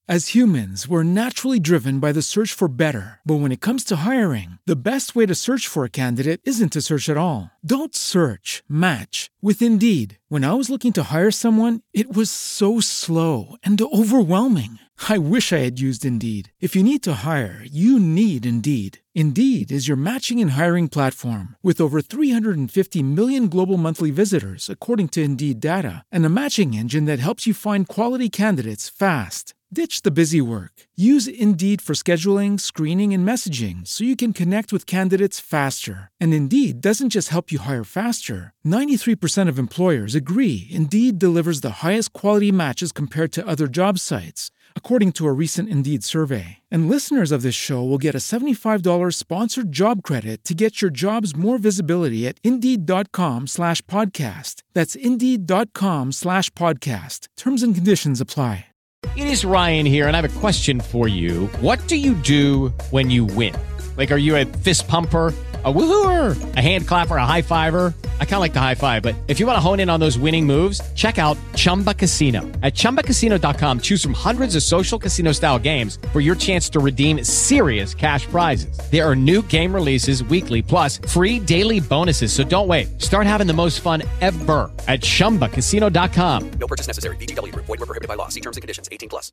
As humans, we're naturally driven by the search for better. But when it comes to hiring, the best way to search for a candidate isn't to search at all. Don't search, match with Indeed. When I was looking to hire someone, it was so slow and overwhelming. I wish I had used Indeed. If you need to hire, you need Indeed. Indeed is your matching and hiring platform with over 350 million global monthly visitors, according to Indeed data, and a matching engine that helps you find quality candidates fast. Ditch the busy work. Use Indeed for scheduling, screening, and messaging so you can connect with candidates faster. And Indeed doesn't just help you hire faster. 93% of employers agree Indeed delivers the highest quality matches compared to other job sites, according to a recent Indeed survey. And listeners of this show will get a $75 sponsored job credit to get your jobs more visibility at Indeed.com/podcast. That's Indeed.com/podcast. Terms and conditions apply. It is Ryan here, and I have a question for you. What do you do when you win? Like, are you a fist pumper, a woohooer, a hand clapper, a high fiver? I kind of like the high five, but if you want to hone in on those winning moves, check out Chumba Casino. At ChumbaCasino.com, choose from hundreds of social casino-style games for your chance to redeem serious cash prizes. There are new game releases weekly, plus free daily bonuses. So don't wait. Start having the most fun ever at ChumbaCasino.com. No purchase necessary. VGW. Void where prohibited by law. See terms and conditions. 18+.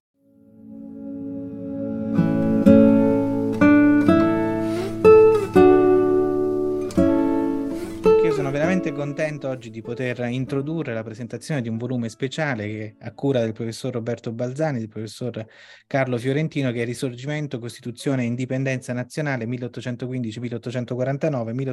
Sono veramente contento oggi di poter introdurre la presentazione di un volume speciale che è a cura del professor Roberto Balzani, del professor Carlo Fiorentino, che è Risorgimento, Costituzione e Indipendenza Nazionale 1815-1849,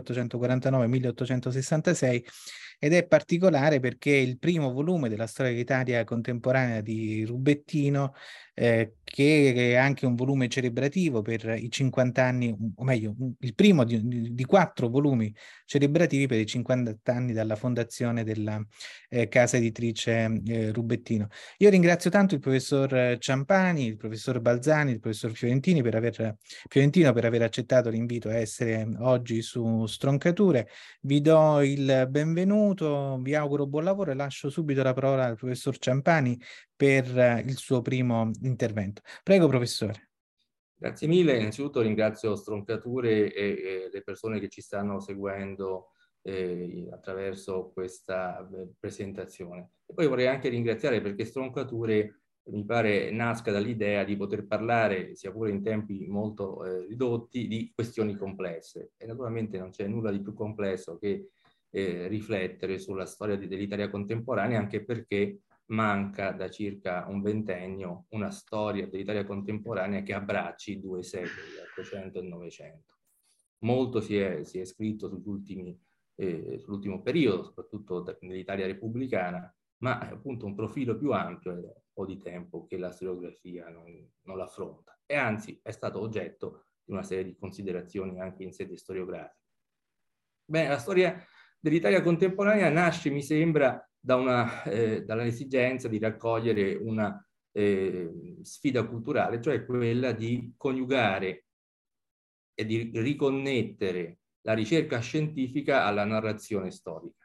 1849-1866, ed è particolare perché è il primo volume della storia d'Italia contemporanea di Rubettino, che è anche un volume celebrativo per i 50 anni, o meglio, il primo di 4 volumi celebrativi per i 50 anni dalla fondazione della casa editrice Rubettino. Io ringrazio tanto il professor Ciampani, il professor Balzani, il professor Fiorentino per aver accettato l'invito a essere oggi su Stroncature. Vi do il benvenuto, vi auguro buon lavoro e lascio subito la parola al professor Ciampani per il suo primo intervento. Prego, professore. Grazie mille. Innanzitutto ringrazio Stroncature e le persone che ci stanno seguendo attraverso questa presentazione. E poi vorrei anche ringraziare perché Stroncature mi pare nasca dall'idea di poter parlare, sia pure in tempi molto ridotti, di questioni complesse. E naturalmente non c'è nulla di più complesso che riflettere sulla storia dell'Italia contemporanea, anche perché manca da circa un ventennio una storia dell'Italia contemporanea che abbracci 2 secoli, l'Ottocento e il Novecento. Molto si è scritto sull'ultimo periodo, soprattutto nell'Italia repubblicana, ma appunto un profilo più ampio è un po' di tempo che la storiografia non l'affronta, e anzi è stato oggetto di una serie di considerazioni anche in sede storiografica. Bene, la storia dell'Italia contemporanea nasce, mi sembra, dall'esigenza di raccogliere una sfida culturale, cioè quella di coniugare e di riconnettere la ricerca scientifica alla narrazione storica.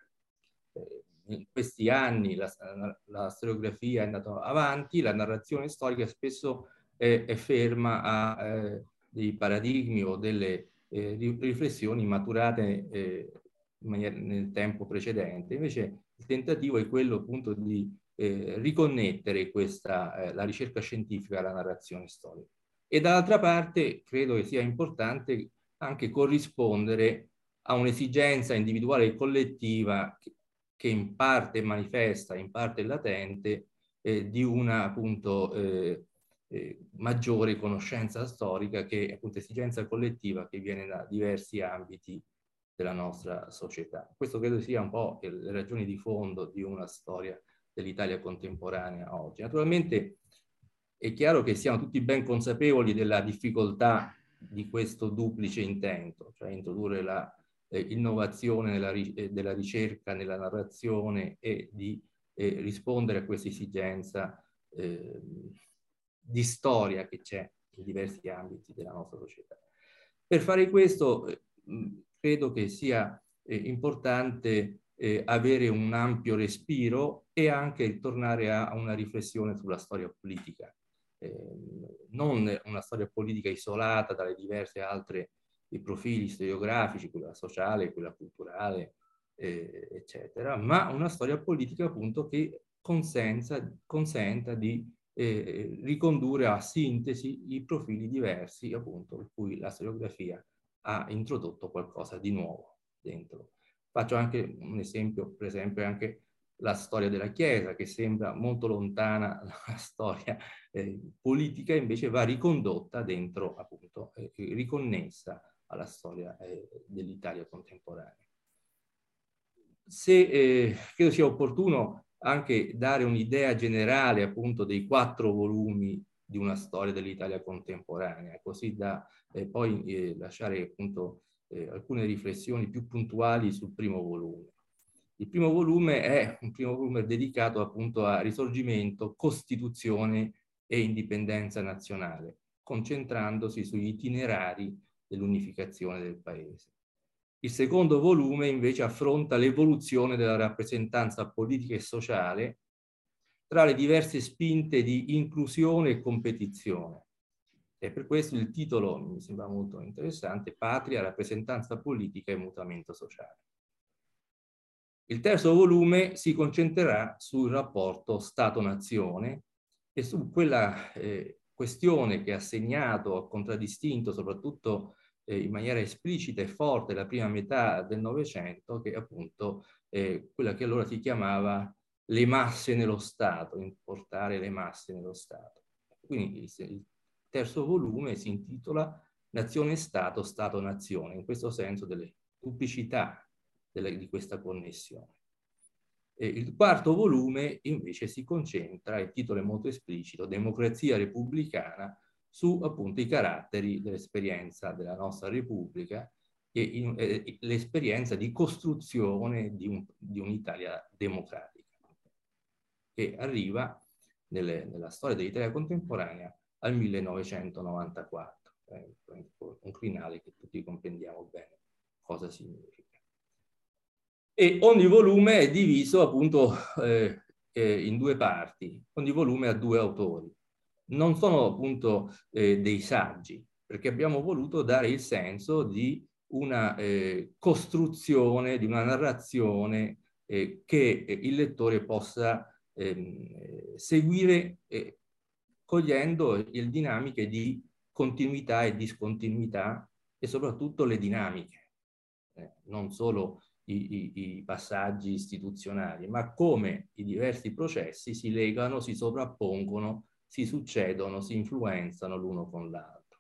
In questi anni la storiografia è andata avanti, la narrazione storica spesso è ferma a dei paradigmi o delle riflessioni maturate nel tempo precedente. Invece il tentativo è quello appunto di riconnettere la ricerca scientifica alla narrazione storica. E dall'altra parte credo che sia importante anche corrispondere a un'esigenza individuale e collettiva che in parte è manifesta, in parte è latente, di una appunto maggiore conoscenza storica, che è appunto esigenza collettiva che viene da diversi ambiti della nostra società. Questo credo sia un po' le ragioni di fondo di una storia dell'Italia contemporanea oggi. Naturalmente è chiaro che siamo tutti ben consapevoli della difficoltà di questo duplice intento, cioè introdurre l'innovazione della ricerca nella narrazione e di rispondere a questa esigenza di storia che c'è in diversi ambiti della nostra società. Per fare questo credo che sia importante avere un ampio respiro e anche tornare a una riflessione sulla storia politica. non una storia politica isolata dalle diverse altre profili storiografici, quella sociale, quella culturale, eccetera, ma una storia politica appunto che consenta di ricondurre a sintesi i profili diversi appunto in cui la storiografia ha introdotto qualcosa di nuovo dentro. Faccio anche un esempio, per esempio anche la storia della Chiesa, che sembra molto lontana dalla storia politica, invece va ricondotta dentro appunto, riconnessa alla storia dell'Italia contemporanea. Credo sia opportuno anche dare un'idea generale appunto dei 4 volumi di una storia dell'Italia contemporanea, così da poi lasciare appunto alcune riflessioni più puntuali sul primo volume. Il primo volume è un primo volume dedicato appunto a Risorgimento, Costituzione e indipendenza nazionale, concentrandosi sugli itinerari dell'unificazione del paese. Il secondo volume invece affronta l'evoluzione della rappresentanza politica e sociale tra le diverse spinte di inclusione e competizione. E per questo il titolo mi sembra molto interessante: Patria, rappresentanza politica e mutamento sociale. Il terzo volume si concentrerà sul rapporto Stato-Nazione e su quella questione che ha segnato, ha contraddistinto soprattutto in maniera esplicita e forte la prima metà del Novecento, che è appunto quella che allora si chiamava le masse nello Stato, importare le masse nello Stato. Quindi il terzo volume si intitola Nazione-Stato, Stato-Nazione, in questo senso delle duplicità di questa connessione. Il quarto volume invece si concentra, il titolo è molto esplicito, Democrazia repubblicana, su appunto i caratteri dell'esperienza della nostra Repubblica e l'esperienza di costruzione di un'Italia democratica, che arriva nella storia dell'Italia contemporanea al 1994, un crinale che tutti comprendiamo bene cosa significa. E ogni volume è diviso appunto in 2 parti, ogni volume ha 2 autori. Non sono appunto dei saggi, perché abbiamo voluto dare il senso di una costruzione, di una narrazione che il lettore possa seguire cogliendo le dinamiche di continuità e discontinuità e soprattutto le dinamiche, non solo i passaggi istituzionali, ma come i diversi processi si legano, si sovrappongono, si succedono, si influenzano l'uno con l'altro.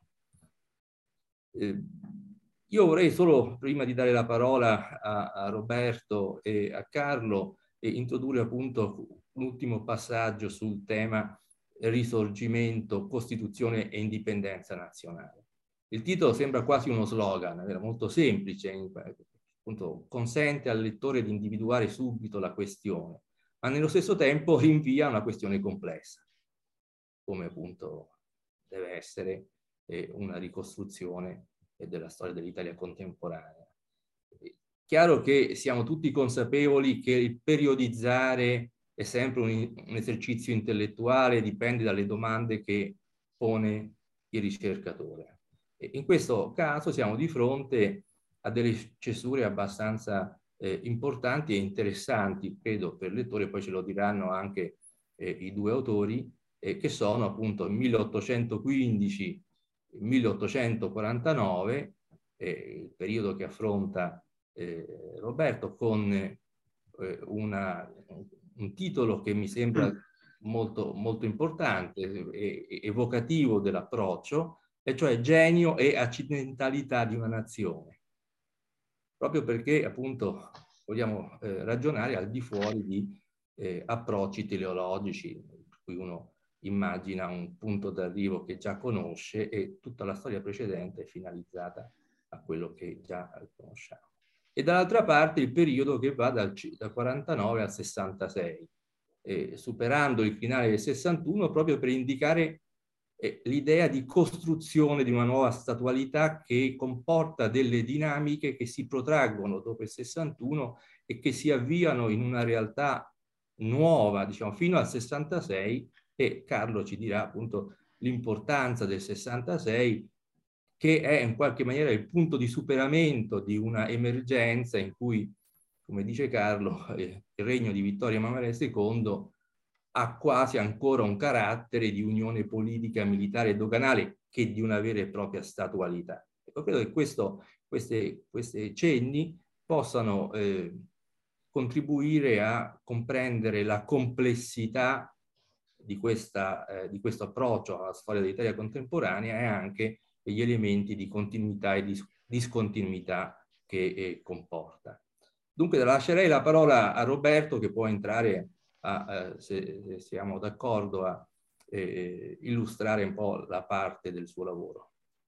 Io vorrei solo, prima di dare la parola a Roberto e a Carlo, introdurre appunto l'ultimo passaggio sul tema Risorgimento, Costituzione e indipendenza nazionale. Il titolo sembra quasi uno slogan, è molto semplice, appunto, consente al lettore di individuare subito la questione, ma nello stesso tempo rinvia a una questione complessa, come appunto deve essere una ricostruzione della storia dell'Italia contemporanea. Chiaro che siamo tutti consapevoli che il periodizzare è sempre un esercizio intellettuale, dipende dalle domande che pone il ricercatore. E in questo caso siamo di fronte a delle cesure abbastanza importanti e interessanti, credo, per il lettore, poi ce lo diranno anche i 2 autori, che sono appunto il 1815-1849, il periodo che affronta Roberto, con un titolo che mi sembra molto, molto importante e evocativo dell'approccio, e cioè Genio e accidentalità di una nazione, proprio perché appunto vogliamo ragionare al di fuori di approcci teleologici, per cui uno immagina un punto d'arrivo che già conosce e tutta la storia precedente è finalizzata a quello che già conosciamo. E dall'altra parte il periodo che va dal 49 al 66, superando il finale del 61, proprio per indicare l'idea di costruzione di una nuova statualità che comporta delle dinamiche che si protraggono dopo il 61 e che si avviano in una realtà nuova, diciamo, fino al 66, e Carlo ci dirà appunto l'importanza del 66, che è in qualche maniera il punto di superamento di una emergenza in cui, come dice Carlo, il regno di Vittorio Emanuele II ha quasi ancora un carattere di unione politica, militare e doganale che di una vera e propria statualità. Ecco, credo che questi cenni possano contribuire a comprendere la complessità di questo approccio alla storia dell'Italia contemporanea e anche gli elementi di continuità e di discontinuità che comporta. Dunque lascerei la parola a Roberto, che può entrare, se siamo d'accordo, a illustrare un po' la parte del suo lavoro.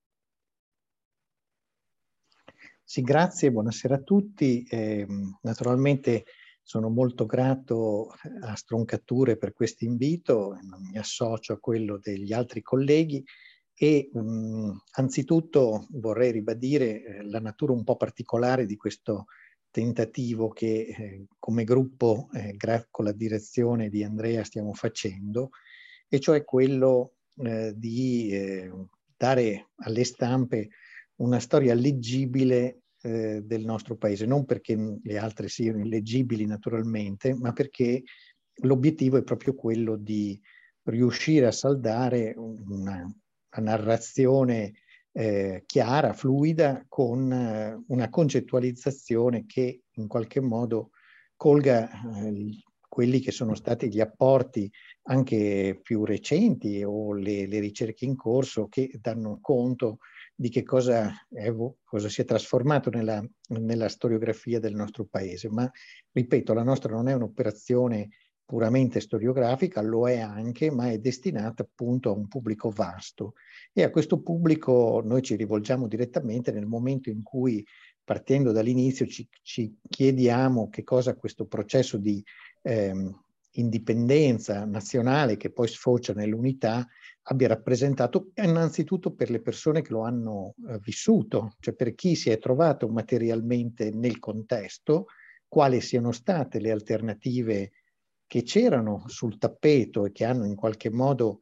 Sì, grazie, buonasera a tutti. Naturalmente sono molto grato a Stroncature per questo invito, mi associo a quello degli altri colleghi e anzitutto vorrei ribadire la natura un po' particolare di questo tentativo che come gruppo, con la direzione di Andrea, stiamo facendo, e cioè quello di dare alle stampe una storia leggibile del nostro paese, non perché le altre siano illeggibili naturalmente, ma perché l'obiettivo è proprio quello di riuscire a saldare una narrazione chiara, fluida, con una concettualizzazione che in qualche modo colga quelli che sono stati gli apporti anche più recenti o le ricerche in corso che danno conto di che cosa si è trasformato nella storiografia del nostro paese. Ma, ripeto, la nostra non è un'operazione puramente storiografica, lo è anche, ma è destinata appunto a un pubblico vasto. E a questo pubblico noi ci rivolgiamo direttamente nel momento in cui, partendo dall'inizio, ci chiediamo che cosa questo processo di indipendenza nazionale, che poi sfocia nell'unità, abbia rappresentato innanzitutto per le persone che lo hanno vissuto, cioè per chi si è trovato materialmente nel contesto, quali siano state le alternative che c'erano sul tappeto e che hanno in qualche modo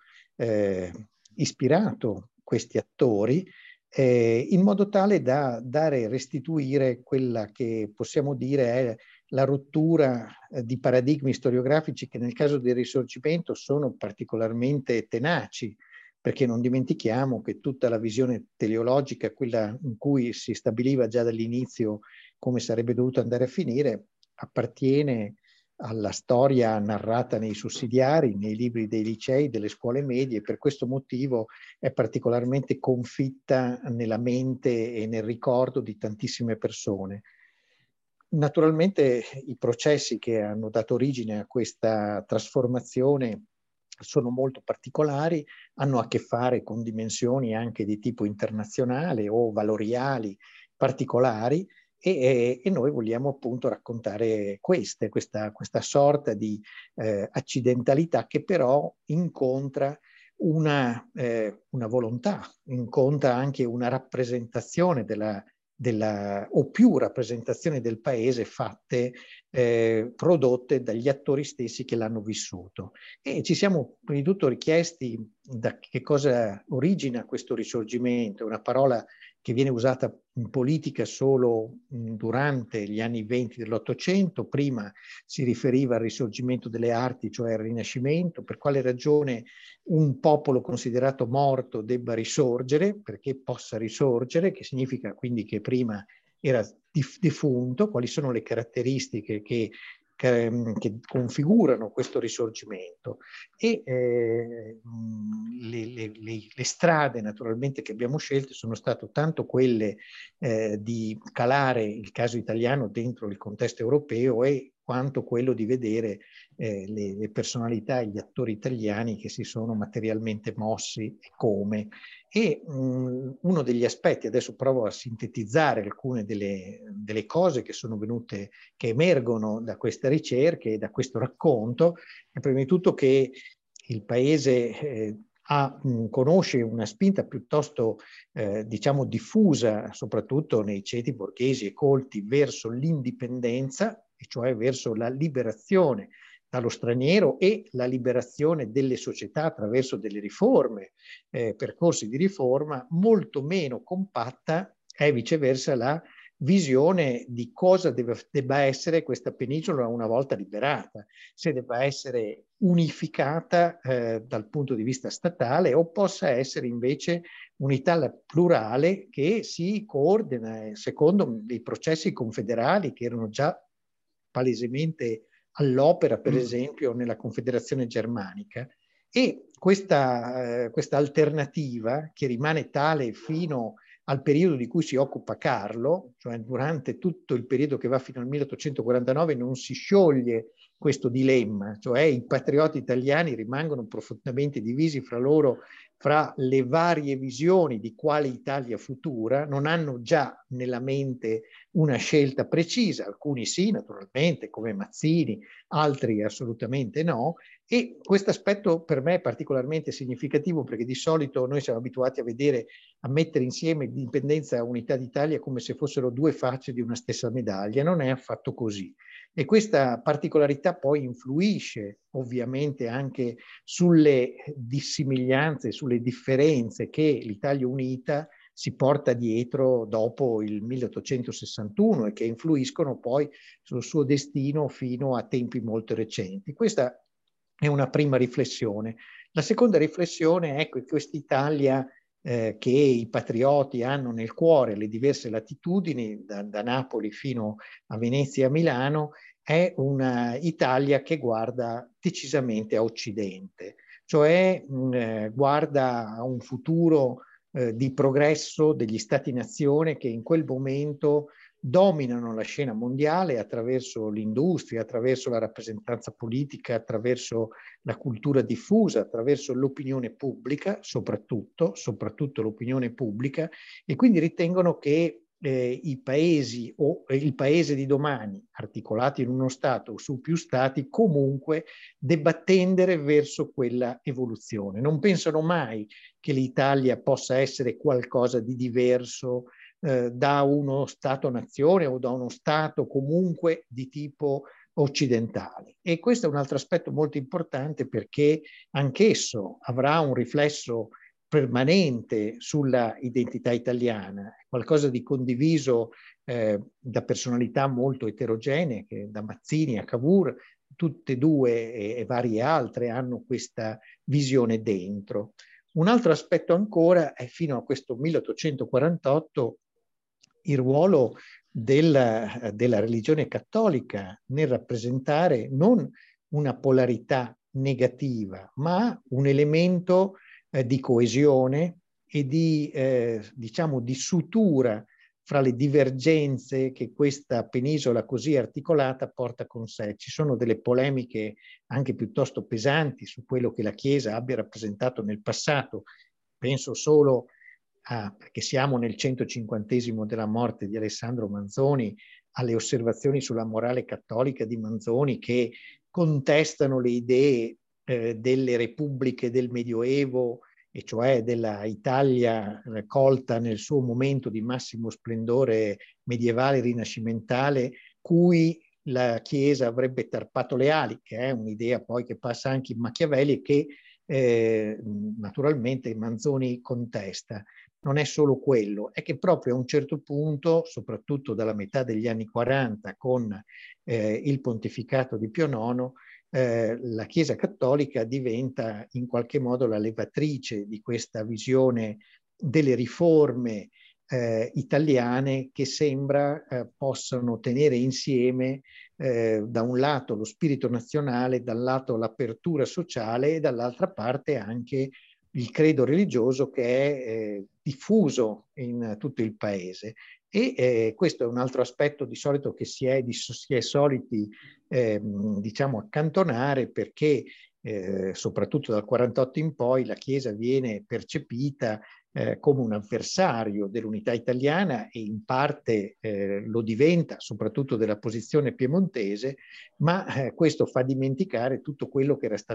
ispirato questi attori, in modo tale da dare e restituire quella che possiamo dire è la rottura di paradigmi storiografici che nel caso del Risorgimento sono particolarmente tenaci, perché non dimentichiamo che tutta la visione teleologica, quella in cui si stabiliva già dall'inizio come sarebbe dovuto andare a finire, appartiene alla storia narrata nei sussidiari, nei libri dei licei, delle scuole medie, e per questo motivo è particolarmente confitta nella mente e nel ricordo di tantissime persone. Naturalmente i processi che hanno dato origine a questa trasformazione sono molto particolari, hanno a che fare con dimensioni anche di tipo internazionale o valoriali particolari, e noi vogliamo appunto raccontare questa sorta di accidentalità che però incontra una volontà, incontra anche una rappresentazione o più rappresentazioni del paese fatte, prodotte dagli attori stessi che l'hanno vissuto. E ci siamo prima di tutto richiesti da che cosa origina questo risorgimento, una parola che viene usata in politica solo durante gli anni 20 dell'Ottocento. Prima si riferiva al risorgimento delle arti, cioè al Rinascimento. Per quale ragione un popolo considerato morto debba risorgere? Perché possa risorgere, che significa quindi che prima era defunto. Quali sono le caratteristiche che configurano questo risorgimento? E le strade naturalmente che abbiamo scelto sono state tanto quelle di calare il caso italiano dentro il contesto europeo quanto quello di vedere le personalità e gli attori italiani che si sono materialmente mossi e come. E uno degli aspetti, adesso provo a sintetizzare alcune delle cose che sono venute, che emergono da queste ricerche e da questo racconto, è prima di tutto che il paese conosce una spinta piuttosto diciamo diffusa, soprattutto nei ceti borghesi e colti, verso l'indipendenza, e cioè verso la liberazione dallo straniero e la liberazione delle società attraverso delle riforme, percorsi di riforma, molto meno compatta è viceversa la visione di cosa debba essere questa penisola una volta liberata, se debba essere unificata dal punto di vista statale o possa essere invece un'Italia plurale che si coordina secondo dei processi confederali che erano già palesemente all'opera, per esempio, nella Confederazione Germanica. E questa alternativa, che rimane tale fino al periodo di cui si occupa Carlo, cioè durante tutto il periodo che va fino al 1849, non si scioglie questo dilemma, cioè i patrioti italiani rimangono profondamente divisi fra loro, fra le varie visioni di quale Italia futura, non hanno già nella mente una scelta precisa, alcuni sì, naturalmente, come Mazzini, altri assolutamente no, e questo aspetto per me è particolarmente significativo perché di solito noi siamo abituati a mettere insieme indipendenza e unità d'Italia come se fossero due facce di una stessa medaglia, non è affatto così. E questa particolarità poi influisce ovviamente anche sulle dissimiglianze, sulle differenze che l'Italia unita si porta dietro dopo il 1861 e che influiscono poi sul suo destino fino a tempi molto recenti. Questa è una prima riflessione. La seconda riflessione è che quest'Italia che i patrioti hanno nel cuore, le diverse latitudini, da Napoli fino a Venezia e a Milano, è una Italia che guarda decisamente a Occidente, cioè guarda a un futuro di progresso degli Stati-nazione che in quel momento dominano la scena mondiale attraverso l'industria, attraverso la rappresentanza politica, attraverso la cultura diffusa, attraverso l'opinione pubblica, soprattutto l'opinione pubblica, e quindi ritengono che i paesi o il paese di domani, articolati in uno Stato o su più Stati, comunque debba tendere verso quella evoluzione. Non pensano mai che l'Italia possa essere qualcosa di diverso da uno Stato-nazione o da uno Stato comunque di tipo occidentale. E questo è un altro aspetto molto importante perché anch'esso avrà un riflesso permanente sulla identità italiana, qualcosa di condiviso da personalità molto eterogenee, che da Mazzini a Cavour, tutte e due e varie altre hanno questa visione dentro. Un altro aspetto ancora è fino a questo 1848 il ruolo della religione cattolica nel rappresentare non una polarità negativa, ma un elemento di coesione e diciamo, di sutura fra le divergenze che questa penisola così articolata porta con sé. Ci sono delle polemiche anche piuttosto pesanti su quello che la Chiesa abbia rappresentato nel passato. Penso solo perché siamo nel 150° della morte di Alessandro Manzoni, alle osservazioni sulla morale cattolica di Manzoni che contestano le idee delle repubbliche del Medioevo, e cioè della Italia colta nel suo momento di massimo splendore medievale rinascimentale, cui la Chiesa avrebbe tarpato le ali, che è un'idea poi che passa anche in Machiavelli e che naturalmente Manzoni contesta. Non è solo quello, è che proprio a un certo punto, soprattutto dalla metà degli anni 40 con il pontificato di Pio IX, la Chiesa Cattolica diventa in qualche modo la levatrice di questa visione delle riforme italiane che sembra possano tenere insieme da un lato lo spirito nazionale, dal lato l'apertura sociale e dall'altra parte anche il credo religioso che è diffuso in tutto il paese. E questo è un altro aspetto di solito che si è soliti diciamo accantonare, perché soprattutto dal 48 in poi la Chiesa viene percepita come un avversario dell'unità italiana e in parte lo diventa, soprattutto della posizione piemontese, ma questo fa dimenticare tutto quello che era stato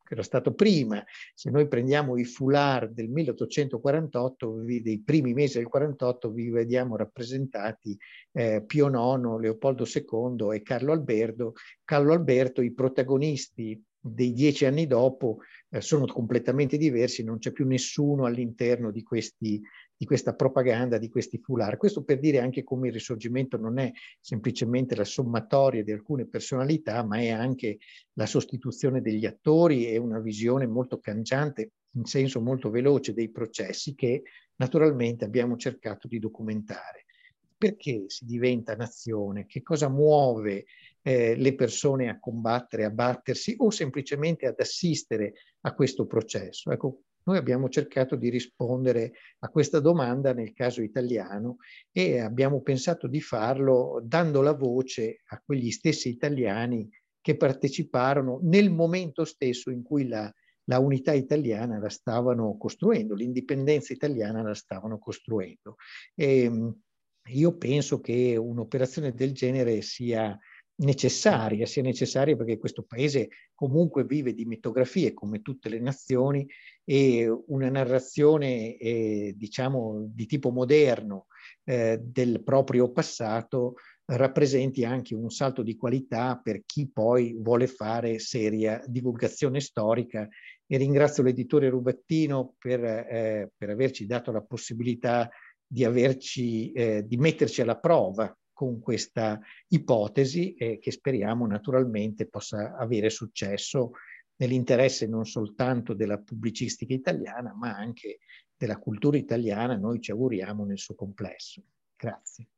che era stato prima. Se noi prendiamo i foulard del 1848, dei primi mesi del 48, vi vediamo rappresentati Pio IX, Leopoldo II e Carlo Alberto. Carlo Alberto, i protagonisti dei 10 anni dopo sono completamente diversi, non c'è più nessuno all'interno di questa propaganda, di questi foulard. Questo per dire anche come il Risorgimento non è semplicemente la sommatoria di alcune personalità, ma è anche la sostituzione degli attori e una visione molto cangiante, in senso molto veloce, dei processi che naturalmente abbiamo cercato di documentare. Perché si diventa nazione? Che cosa muove le persone a combattere, a battersi o semplicemente ad assistere a questo processo? Ecco, noi abbiamo cercato di rispondere a questa domanda nel caso italiano e abbiamo pensato di farlo dando la voce a quegli stessi italiani che parteciparono nel momento stesso in cui la unità italiana la stavano costruendo, l'indipendenza italiana la stavano costruendo. Io penso che un'operazione del genere sia necessaria perché questo paese comunque vive di mitografie come tutte le nazioni e una narrazione diciamo di tipo moderno del proprio passato rappresenti anche un salto di qualità per chi poi vuole fare seria divulgazione storica. E ringrazio l'editore Rubattino per averci dato la possibilità di metterci alla prova con questa ipotesi che speriamo naturalmente possa avere successo nell'interesse non soltanto della pubblicistica italiana, ma anche della cultura italiana, noi ci auguriamo nel suo complesso. Grazie.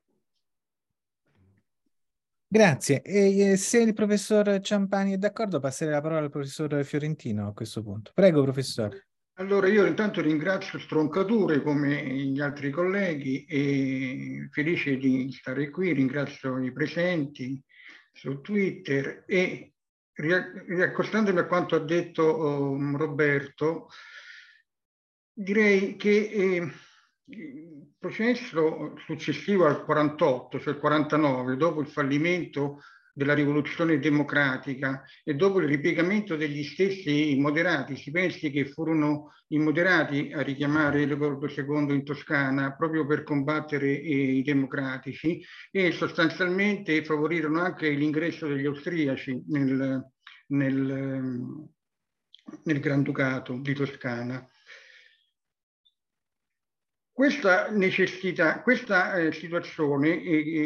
Grazie. E se il professor Ciampani è d'accordo, passerei la parola al professor Fiorentino a questo punto. Prego, professore. Allora, io intanto ringrazio Stroncature come gli altri colleghi e felice di stare qui, ringrazio i presenti su Twitter e riaccostandomi a quanto ha detto Roberto, direi che il processo successivo al 48, cioè il 49, dopo il fallimento della rivoluzione democratica e dopo il ripiegamento degli stessi moderati, si pensi che furono i moderati a richiamare Leopoldo II in Toscana proprio per combattere i democratici e sostanzialmente favorirono anche l'ingresso degli austriaci nel Granducato di Toscana. Questa necessità, questa situazione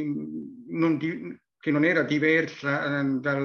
che non era diversa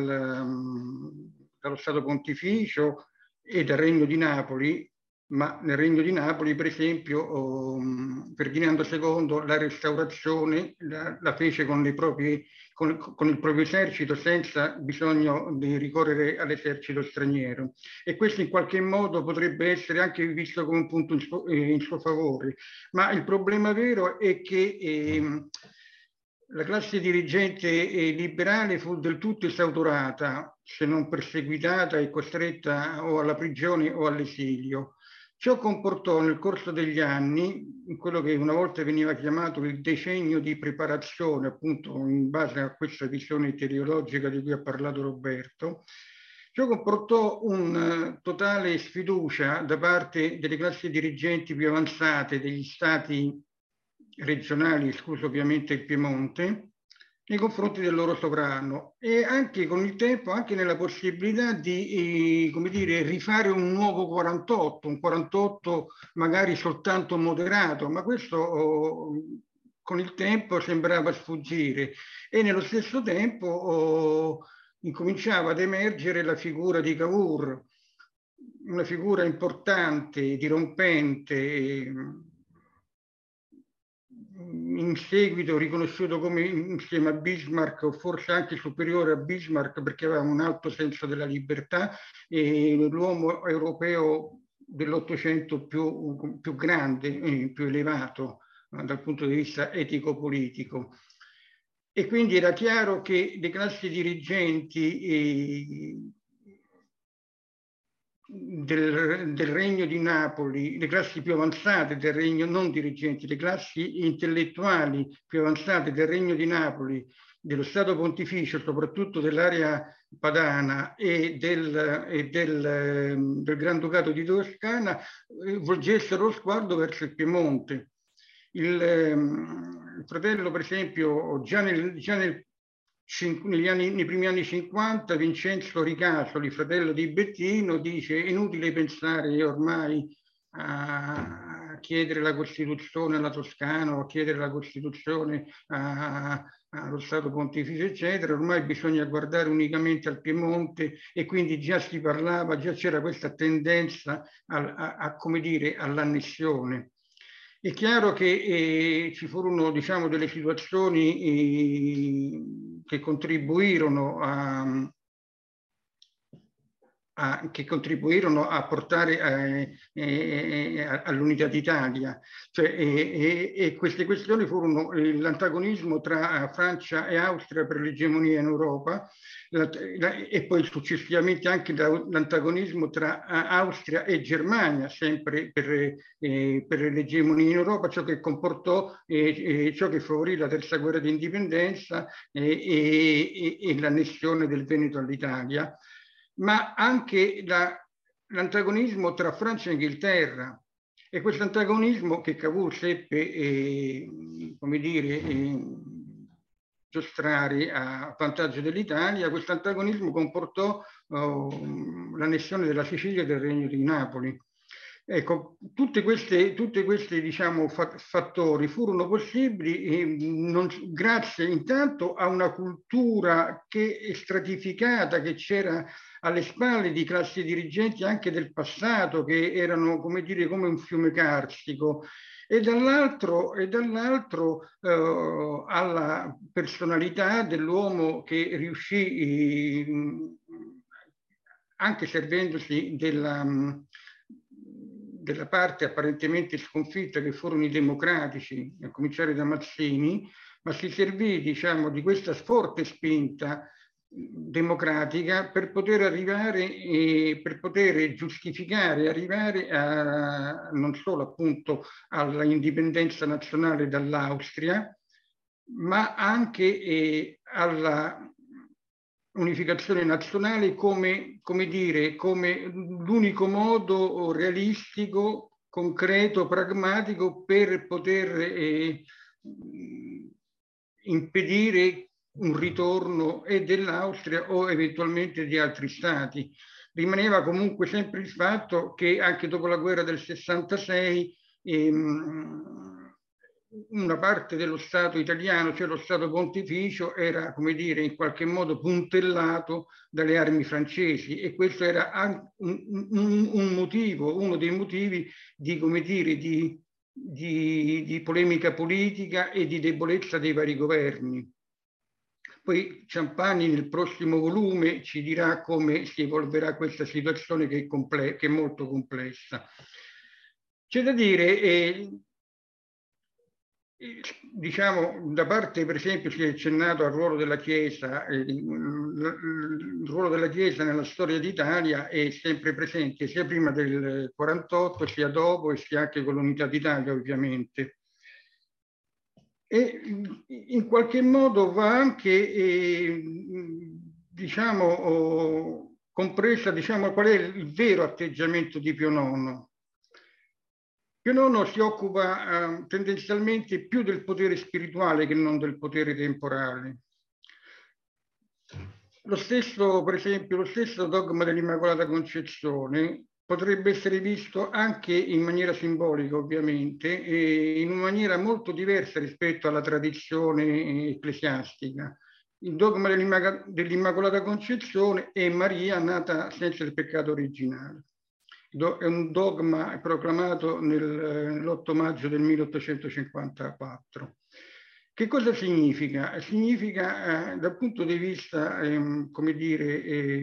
dallo Stato Pontificio e dal Regno di Napoli, ma nel Regno di Napoli, per esempio, Ferdinando II la restaurazione la fece con il proprio esercito senza bisogno di ricorrere all'esercito straniero. E questo in qualche modo potrebbe essere anche visto come un punto in suo favore. Ma il problema vero è che la classe dirigente liberale fu del tutto esautorata, se non perseguitata e costretta o alla prigione o all'esilio. Ciò comportò nel corso degli anni quello che una volta veniva chiamato il decennio di preparazione, appunto in base a questa visione teleologica di cui ha parlato Roberto. Ciò comportò una totale sfiducia da parte delle classi dirigenti più avanzate degli stati regionali, escluso ovviamente il Piemonte, nei confronti del loro sovrano e anche con il tempo anche nella possibilità di come dire, rifare un nuovo 48, un 48 magari soltanto moderato, ma questo con il tempo sembrava sfuggire e nello stesso tempo incominciava ad emergere la figura di Cavour, una figura importante, dirompente, in seguito riconosciuto come insieme a Bismarck o forse anche superiore a Bismarck perché aveva un alto senso della libertà e l'uomo europeo dell'Ottocento più grande, più elevato dal punto di vista etico-politico. E quindi era chiaro che le classi dirigenti del Regno di Napoli, le classi più avanzate del Regno, non dirigenti, le classi intellettuali più avanzate del Regno di Napoli, dello Stato Pontificio, soprattutto dell'area padana e del Granducato di Toscana, volgessero lo sguardo verso il Piemonte. Il fratello, per esempio, nei primi anni 50, Vincenzo Ricasoli, fratello di Bettino, dice: è inutile pensare ormai a chiedere la Costituzione alla Toscana o a chiedere la Costituzione allo Stato Pontificio, eccetera, ormai bisogna guardare unicamente al Piemonte, e quindi già si parlava, già c'era questa tendenza come dire, all'annessione. È chiaro che ci furono, diciamo, delle situazioni che contribuirono a portare all'unità d'Italia. Cioè, e queste questioni furono l'antagonismo tra Francia e Austria per l'egemonia in Europa, e poi successivamente anche l'antagonismo tra Austria e Germania, sempre per l'egemonia in Europa, ciò che comportò, ciò che favorì la terza guerra di indipendenza e l'annessione del Veneto all'Italia, ma anche l'antagonismo tra Francia e Inghilterra. E questo antagonismo che Cavour seppe, come dire, giostrare a vantaggio dell'Italia, questo antagonismo comportò l'annessione della Sicilia e del Regno di Napoli. Ecco, tutti questi diciamo, fattori furono possibili grazie intanto a una cultura che è stratificata, che c'era alle spalle di classi dirigenti anche del passato, che erano, come dire, come un fiume carsico, e dall'altro alla personalità dell'uomo che riuscì, anche servendosi della parte apparentemente sconfitta che furono i democratici, a cominciare da Mazzini, ma si servì, diciamo, di questa forte spinta democratica per poter arrivare, per poter giustificare, arrivare non solo appunto alla indipendenza nazionale dall'Austria, ma anche alla unificazione nazionale come l'unico modo realistico, concreto, pragmatico per poter impedire un ritorno dell'Austria o eventualmente di altri stati. Rimaneva comunque sempre il fatto che anche dopo la guerra del 66 una parte dello Stato italiano, cioè lo Stato Pontificio, era, come dire, in qualche modo puntellato dalle armi francesi, e questo era un motivo, uno dei motivi di, come dire, di polemica politica e di debolezza dei vari governi. Poi Ciampagni nel prossimo volume ci dirà come si evolverà questa situazione che è molto complessa. C'è da dire, diciamo, da parte, per esempio, si è accennato al ruolo della Chiesa. Il ruolo della Chiesa nella storia d'Italia è sempre presente, sia prima del 48, sia dopo, e sia anche con l'unità d'Italia, ovviamente. E in qualche modo va anche, diciamo, compresa, diciamo, qual è il vero atteggiamento di Pio IX. Pio IX si occupa tendenzialmente più del potere spirituale che non del potere temporale. Lo stesso, per esempio, lo stesso dogma dell'Immacolata Concezione potrebbe essere visto anche in maniera simbolica, ovviamente, e in una maniera molto diversa rispetto alla tradizione ecclesiastica. Il dogma dell'Immacolata Concezione è Maria nata senza il peccato originale. È un dogma proclamato l'8 maggio del 1854. Che cosa significa? Significa dal punto di vista, come dire,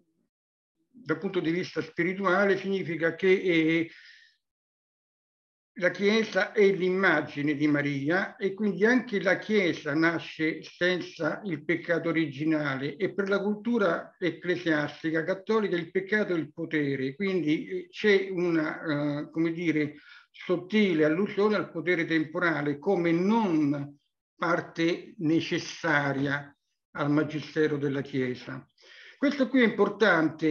dal punto di vista spirituale, significa che la Chiesa è l'immagine di Maria e quindi anche la Chiesa nasce senza il peccato originale, e per la cultura ecclesiastica cattolica il peccato è il potere, quindi c'è una, come dire, sottile allusione al potere temporale come non parte necessaria al magistero della Chiesa. Questo qui è importante,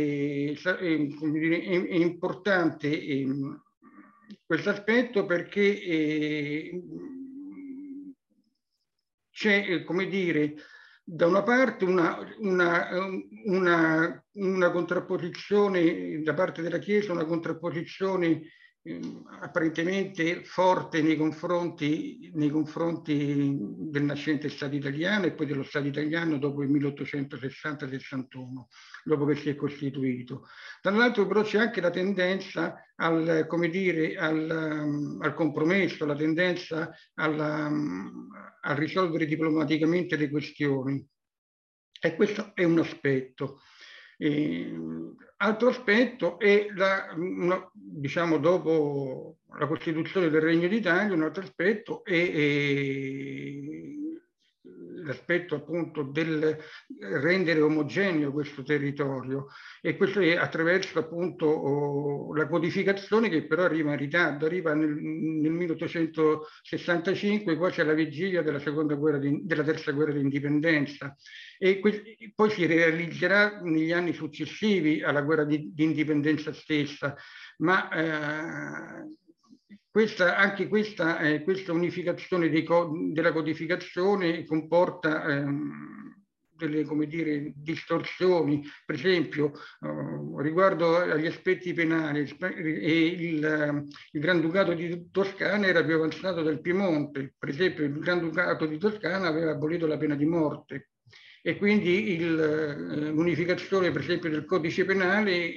è importante questo aspetto, perché c'è, come dire, da una parte una contrapposizione da parte della Chiesa, una contrapposizione apparentemente forte nei confronti del nascente Stato italiano e poi dello Stato italiano dopo il 1860-61, dopo che si è costituito. Dall'altro però c'è anche la tendenza al compromesso, la tendenza a risolvere diplomaticamente le questioni. E questo è un aspetto. Altro aspetto è diciamo, dopo la Costituzione del Regno d'Italia, un altro aspetto è l'aspetto appunto del rendere omogeneo questo territorio, e questo è attraverso appunto la codificazione, che però arriva in ritardo, arriva nel 1865, quasi alla vigilia della terza guerra di indipendenza, e poi si realizzerà negli anni successivi alla guerra di indipendenza stessa, ma questa unificazione della codificazione comporta delle, come dire, distorsioni. Per esempio, riguardo agli aspetti penali, il Granducato di Toscana era più avanzato del Piemonte. Per esempio, il Granducato di Toscana aveva abolito la pena di morte, e quindi l'unificazione, per esempio, del codice penale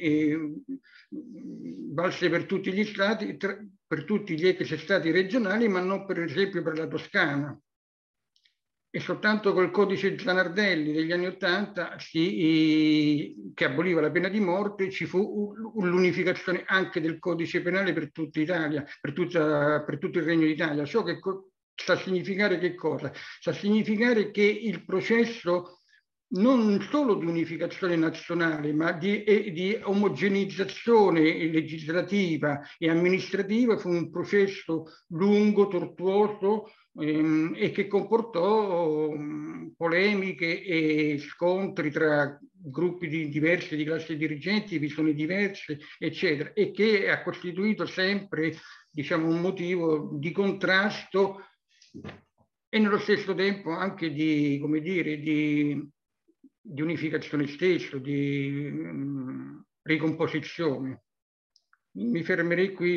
valse per tutti gli stati, per tutti gli ex stati regionali, ma non per esempio per la Toscana. E soltanto col codice Zanardelli degli anni '80, che aboliva la pena di morte, ci fu l'unificazione anche del codice penale per tutta Italia, per tutto il Regno d'Italia. Ciò che sta a significare che cosa? Sta a significare che il processo non solo di unificazione nazionale, ma di omogenizzazione legislativa e amministrativa fu un processo lungo, tortuoso, e che comportò polemiche e scontri tra gruppi diversi di classi dirigenti, visioni diverse, eccetera, e che ha costituito sempre, diciamo, un motivo di contrasto e nello stesso tempo anche di, come dire, di unificazione stesso, di ricomposizione. Mi fermerei qui.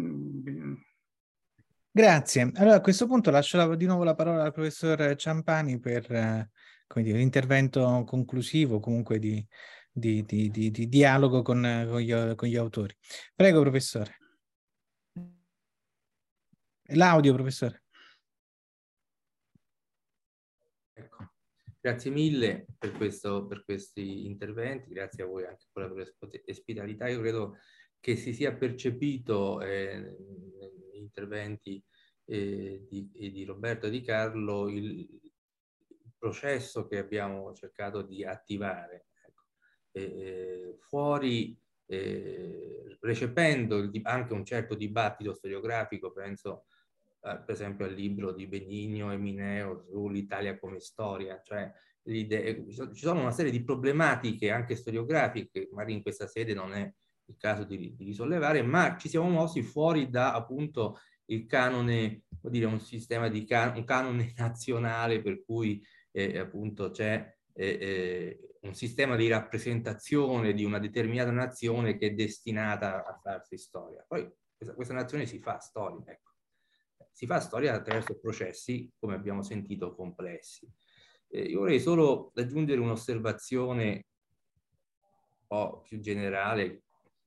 Grazie. Allora, a questo punto lascio di nuovo la parola al professor Ciampani per come dire, l'intervento conclusivo, comunque di dialogo con gli autori. Prego, professore. L'audio, professore. Ecco. Grazie mille per questi interventi, grazie a voi anche per la ospitalità. Io credo che si sia percepito negli interventi di Roberto e di Carlo il processo che abbiamo cercato di attivare, ecco. Fuori, recependo anche un certo dibattito storiografico, penso per esempio al libro di Benigno e Mineo sull'Italia come storia, cioè ci sono una serie di problematiche anche storiografiche, magari in questa sede non è il caso di risollevare, ma ci siamo mossi fuori da appunto il canone, vuol dire un sistema di un canone nazionale per cui appunto c'è un sistema di rappresentazione di una determinata nazione che è destinata a farsi storia. Poi questa nazione si fa storia, ecco. Si fa storia attraverso processi, come abbiamo sentito, complessi. Io vorrei solo aggiungere un'osservazione un po' più generale,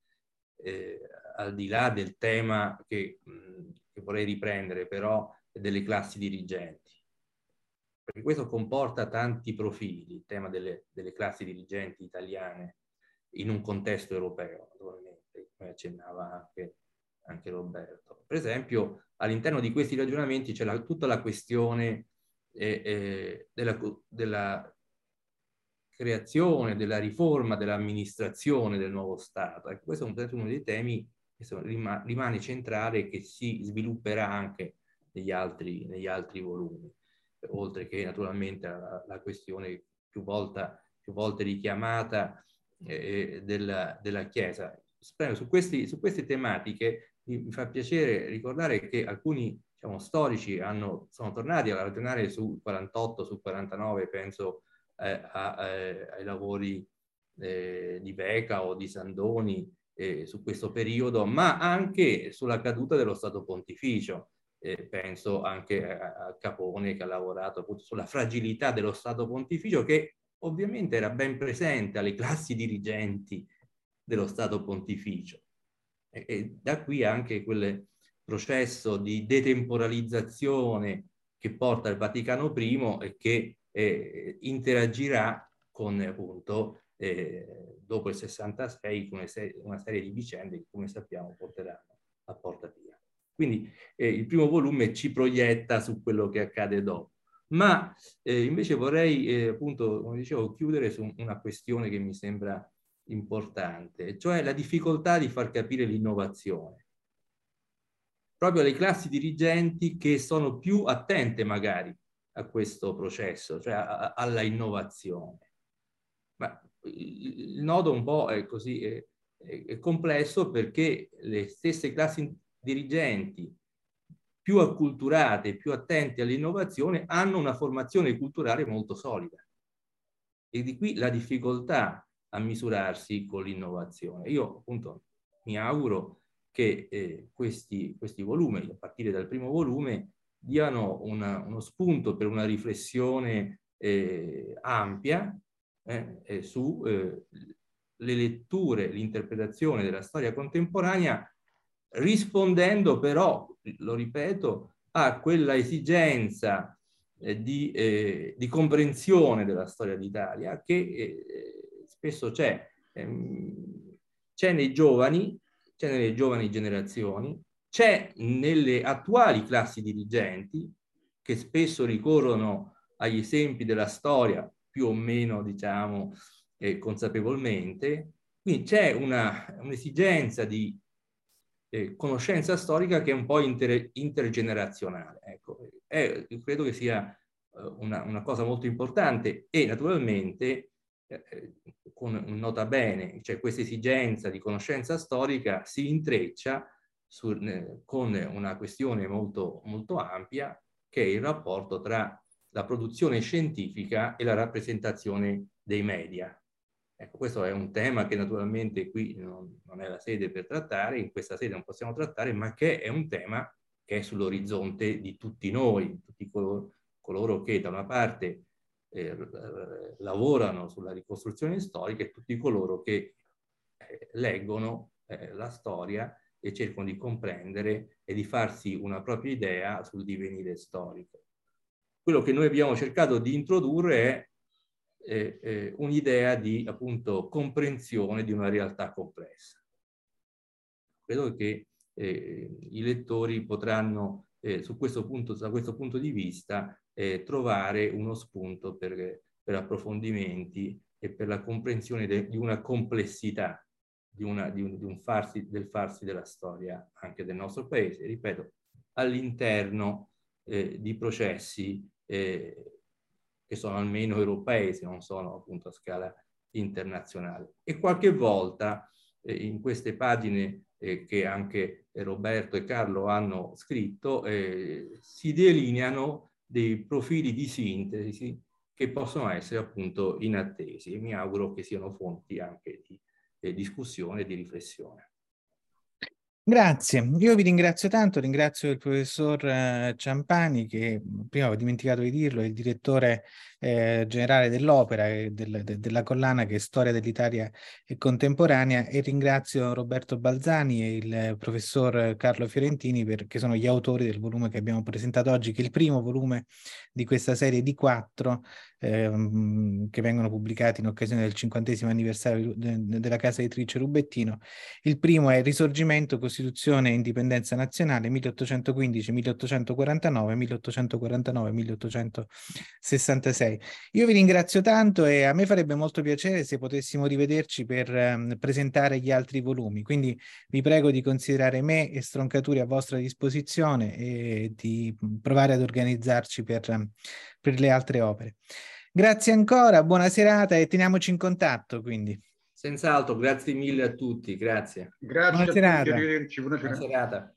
al di là del tema che vorrei riprendere, però delle classi dirigenti. Perché questo comporta tanti profili, il tema delle classi dirigenti italiane in un contesto europeo, naturalmente, come accennava anche Roberto. Per esempio, all'interno di questi ragionamenti c'è tutta la questione della creazione, della riforma dell'amministrazione del nuovo Stato. Ecco, questo è uno dei temi che rimane centrale e che si svilupperà anche negli altri volumi, oltre che naturalmente alla questione più volte richiamata della Chiesa. Su queste tematiche mi fa piacere ricordare che alcuni storici sono tornati a ragionare sul 48, sul 49, penso ai lavori di Beca o di Sandoni su questo periodo, ma anche sulla caduta dello Stato Pontificio. Penso anche a Capone, che ha lavorato appunto sulla fragilità dello Stato Pontificio, che ovviamente era ben presente alle classi dirigenti dello Stato Pontificio. E da qui anche quel processo di detemporalizzazione che porta il Vaticano I e che interagirà con appunto dopo il 66 con una serie di vicende che, come sappiamo, porteranno a Porta Pia. Quindi il primo volume ci proietta su quello che accade dopo. Ma invece vorrei appunto, come dicevo, chiudere su una questione che mi sembra importante, cioè la difficoltà di far capire l'innovazione. Proprio alle classi dirigenti che sono più attente magari a questo processo, cioè alla innovazione. Ma il nodo un po' è così, è complesso, perché le stesse classi dirigenti più acculturate, più attente all'innovazione, hanno una formazione culturale molto solida. E di qui la difficoltà a misurarsi con l'innovazione. Io appunto mi auguro che questi volumi, a partire dal primo volume, diano uno spunto per una riflessione ampia su le letture, l'interpretazione della storia contemporanea, rispondendo però, lo ripeto, a quella esigenza di comprensione della storia d'Italia che spesso c'è nei giovani, c'è nelle giovani generazioni, c'è nelle attuali classi dirigenti, che spesso ricorrono agli esempi della storia più o meno, diciamo, consapevolmente. Quindi c'è un'esigenza di conoscenza storica che è un po' intergenerazionale. Ecco, credo che sia una cosa molto importante, e naturalmente con un nota bene, cioè questa esigenza di conoscenza storica si intreccia con una questione molto, molto ampia, che è il rapporto tra la produzione scientifica e la rappresentazione dei media. Ecco, questo è un tema che naturalmente qui non è la sede per trattare, in questa sede non possiamo trattare, ma che è un tema che è sull'orizzonte di tutti noi, tutti coloro che da una parte lavorano sulla ricostruzione storica, e tutti coloro che leggono la storia e cercano di comprendere e di farsi una propria idea sul divenire storico. Quello che noi abbiamo cercato di introdurre è un'idea di appunto comprensione di una realtà complessa. Credo che i lettori potranno da questo punto di vista trovare uno spunto per approfondimenti e per la comprensione di una complessità del farsi della storia anche del nostro paese, ripeto, all'interno di processi che sono almeno europei, se non sono appunto a scala internazionale. E qualche volta in queste pagine che anche Roberto e Carlo hanno scritto si delineano dei profili di sintesi che possono essere appunto inattesi, e mi auguro che siano fonti anche di discussione e di riflessione. Grazie, io vi ringrazio tanto, ringrazio il professor Ciampani, che prima ho dimenticato di dirlo, è il direttore generale dell'opera e della collana che è Storia dell'Italia contemporanea, e ringrazio Roberto Balzani e il professor Carlo Fiorentini che sono gli autori del volume che abbiamo presentato oggi, che è il primo volume di questa serie di 4 che vengono pubblicati in occasione del 50° anniversario della casa editrice Rubettino. Il primo è Risorgimento, Costituzione e Indipendenza Nazionale 1815-1849, 1849-1866. Io vi ringrazio tanto e a me farebbe molto piacere se potessimo rivederci per presentare gli altri volumi, quindi vi prego di considerare me e Stroncature a vostra disposizione e di provare ad organizzarci per le altre opere. Grazie ancora, buona serata e teniamoci in contatto, quindi. Senz'altro, grazie mille a tutti, grazie. Grazie buona a serata. tutti, arrivederci, buona Buona serata.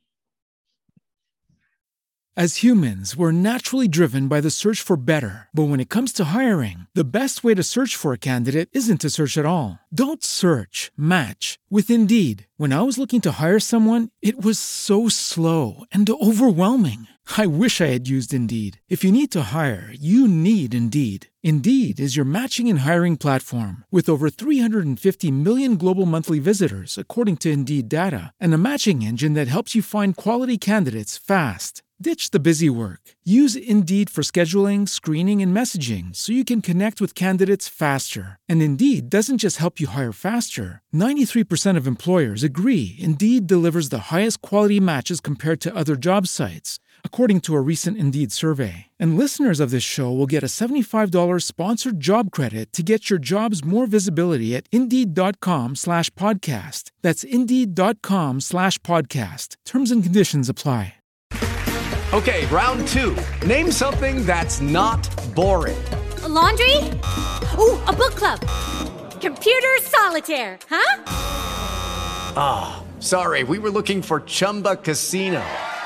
As humans, we're naturally driven by the search for better. But when it comes to hiring, the best way to search for a candidate isn't to search at all. Don't search, match with Indeed. When I was looking to hire someone, it was so slow and overwhelming. I wish I had used Indeed. If you need to hire, you need Indeed. Indeed is your matching and hiring platform with over 350 million global monthly visitors, according to Indeed data, and a matching engine that helps you find quality candidates fast. Ditch the busy work. Use Indeed for scheduling, screening, and messaging so you can connect with candidates faster. And Indeed doesn't just help you hire faster. 93% of employers agree Indeed delivers the highest quality matches compared to other job sites, according to a recent Indeed survey. And listeners of this show will get a $75 sponsored job credit to get your jobs more visibility at Indeed.com/podcast. That's Indeed.com/podcast. Terms and conditions apply. Okay, round 2. Name something that's not boring. A laundry? Ooh, a book club. Computer solitaire, huh? Ah, sorry, we were looking for Chumba Casino.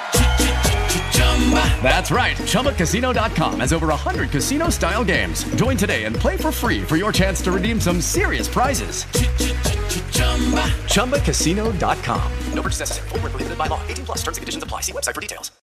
That's right, ChumbaCasino.com has over 100 casino-style games. Join today and play for free for your chance to redeem some serious prizes. ChumbaCasino.com. No purchase necessary. Void where prohibited by law. 18+ terms and conditions apply. See website for details.